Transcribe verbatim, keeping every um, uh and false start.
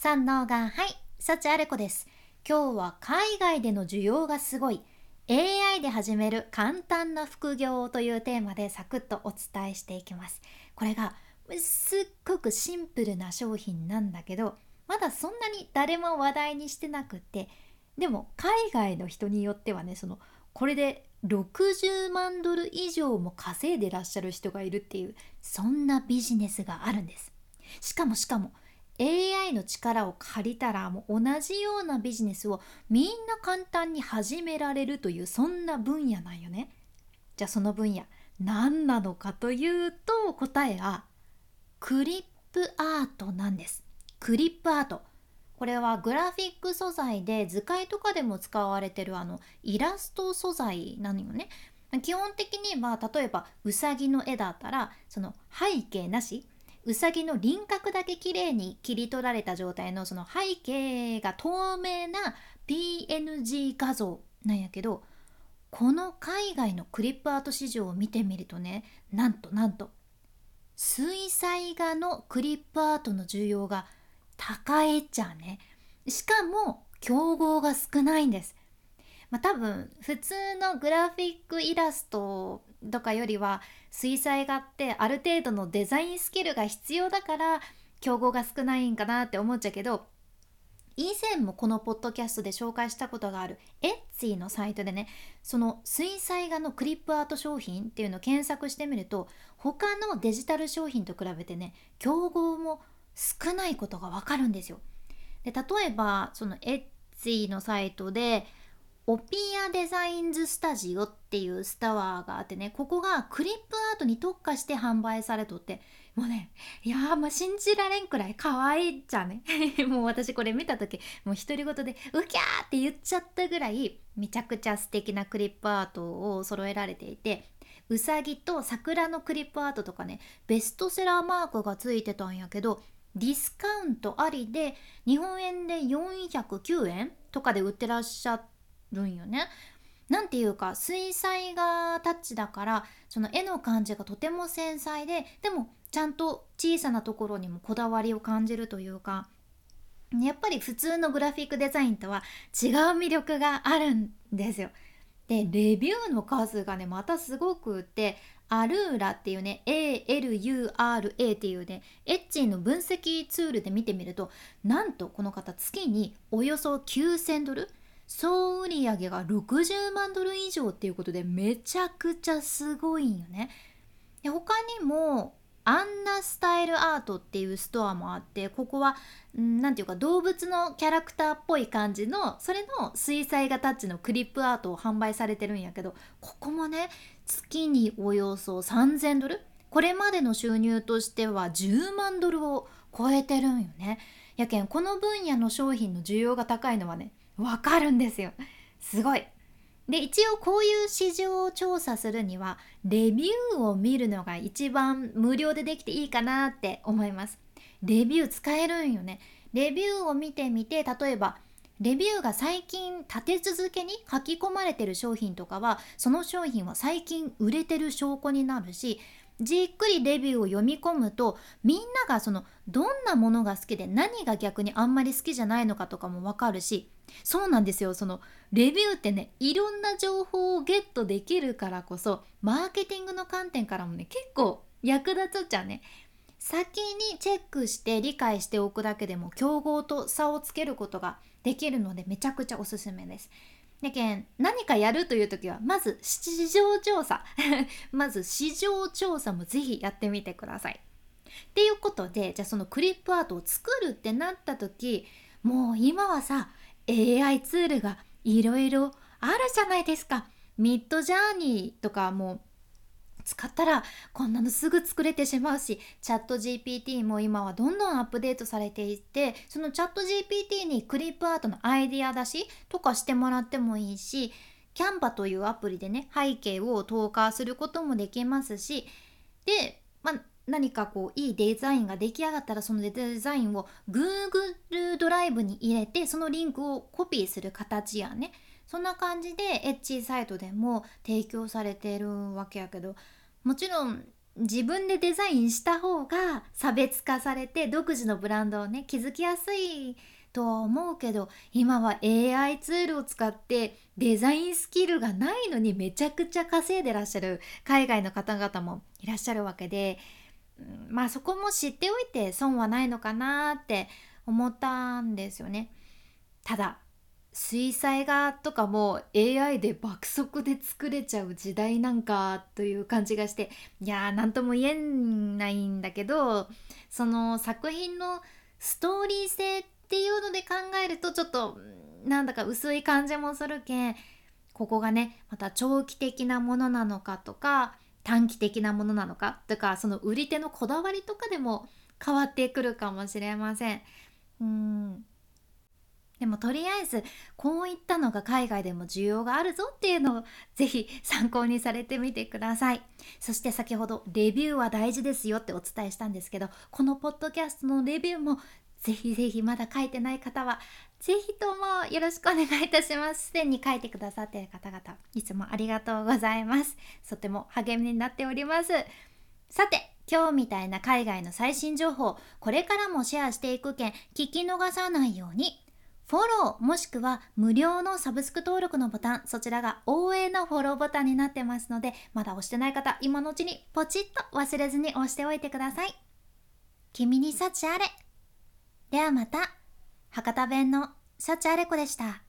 三能がはい、幸あれ子です。今日は海外での需要がすごい エーアイ で始める簡単な副業というテーマでサクッとお伝えしていきます。これがすっごくシンプルな商品なんだけど、まだそんなに誰も話題にしてなくって、でも海外の人によってはね、そのこれでろくじゅうまんドル以上も稼いでらっしゃる人がいるっていう、そんなビジネスがあるんです。しかもしかも エーアイ の力を借りたら、もう同じようなビジネスをみんな簡単に始められるという、そんな分野なんよね。じゃあその分野何なのかというと、答えはクリップアートなんです。クリップアート、これはグラフィック素材で図解とかでも使われてるあのイラスト素材なのよね。基本的には例えばうさぎの絵だったら、その背景なし、うさぎの輪郭だけ綺麗に切り取られた状態のその背景が透明な ピーエヌジー 画像なんやけど、この海外のクリップアート市場を見てみるとね、なんとなんと水彩画のクリップアートの需要が高いっちゃね。しかも競合が少ないんです。まあ、多分普通のグラフィックイラストとかよりは水彩画ってある程度のデザインスキルが必要だから競合が少ないんかなって思っちゃうけど、以前もこのポッドキャストで紹介したことがあるエッツィのサイトでね、その水彩画のクリップアート商品っていうのを検索してみると、他のデジタル商品と比べてね、競合も少ないことがわかるんですよ。で、例えばそのエッツィのサイトでオピアデザインズスタジオっていうスタワーがあってね、ここがクリップアートに特化して販売されとって、もうね、いやーもう信じられんくらい可愛いじゃんね。もう私これ見た時、もう独り言でウキャーって言っちゃったぐらい、めちゃくちゃ素敵なクリップアートを揃えられていて、うさぎと桜のクリップアートとかね、ベストセラーマークがついてたんやけど、ディスカウントありで日本円でよんひゃくきゅうえんとかで売ってらっしゃるんよね。なんていうか水彩画タッチだから、その絵の感じがとても繊細で、でもちゃんと小さなところにもこだわりを感じるというか、やっぱり普通のグラフィックデザインとは違う魅力があるんですよ。でレビューの数がねまたすごくって、アルーラっていうね エーエルユーアールエー っていうねエッチの分析ツールで見てみると、なんとこの方月におよそきゅうせんドル、総売上がろくじゅうまんドル以上っていうことで、めちゃくちゃすごいんよね。で他にもアンナスタイルアートっていうストアもあって、ここはんなんていうか動物のキャラクターっぽい感じの、それの水彩画タッチのクリップアートを販売されてるんやけど、ここもね月におよそさんぜんドル、これまでの収入としてはじゅうまんドルを超えてるんよね。やけんこの分野の商品の需要が高いのはねわかるんですよ。すごい。で一応こういう市場を調査するにはレビューを見るのが一番無料でできていいかなって思います。レビュー使えるんよね。レビューを見てみて、例えばレビューが最近立て続けに書き込まれてる商品とかは、その商品は最近売れてる証拠になるし、じっくりレビューを読み込むと、みんながそのどんなものが好きで何が逆にあんまり好きじゃないのかとかもわかるし、そうなんですよ、そのレビューってねいろんな情報をゲットできるからこそ、マーケティングの観点からもね結構役立つっちゃうね。先にチェックして理解しておくだけでも競合と差をつけることができるので、めちゃくちゃおすすめです。でけん何かやるという時はまず市場調査まず市場調査もぜひやってみてください。っていうことで、じゃあそのクリップアートを作るってなった時、もう今はさ エーアイ ツールがいろいろあるじゃないですか。ミッドジャーニーとかも使ったらこんなのすぐ作れてしまうし、チャット ジーピーティー も今はどんどんアップデートされていて、そのチャット ジーピーティー にクリップアートのアイディア出しとかしてもらってもいいし、キャンバというアプリでね背景を投下することもできますし、で、まあ、何かこういいデザインが出来上がったら、そのデザインを Google ドライブに入れてそのリンクをコピーする形やね、そんな感じでエッジサイトでも提供されているわけやけど、もちろん自分でデザインした方が差別化されて独自のブランドをね築きやすいとは思うけど、今は エーアイ ツールを使ってデザインスキルがないのにめちゃくちゃ稼いでらっしゃる海外の方々もいらっしゃるわけで、うんまあそこも知っておいて損はないのかなって思ったんですよね。ただ水彩画とかも エーアイ で爆速で作れちゃう時代なんかという感じがして、いやーなんとも言えないんだけど、その作品のストーリー性っていうので考えるとちょっとなんだか薄い感じもするけん、ここがねまた長期的なものなのかとか短期的なものなのかとか、その売り手のこだわりとかでも変わってくるかもしれません。うーんでもとりあえずこういったのが海外でも需要があるぞっていうのをぜひ参考にされてみてください。そして先ほどレビューは大事ですよってお伝えしたんですけど、このポッドキャストのレビューもぜひぜひまだ書いてない方はぜひともよろしくお願いいたします。すでに書いてくださっている方々いつもありがとうございます。とても励みになっております。さて今日みたいな海外の最新情報これからもシェアしていくけん聞き逃さないようにフォローもしくは無料のサブスク登録のボタン、そちらが応援のフォローボタンになってますので、まだ押してない方今のうちにポチッと忘れずに押しておいてください。君に幸あれ。ではまた。博多弁の幸あれ子でした。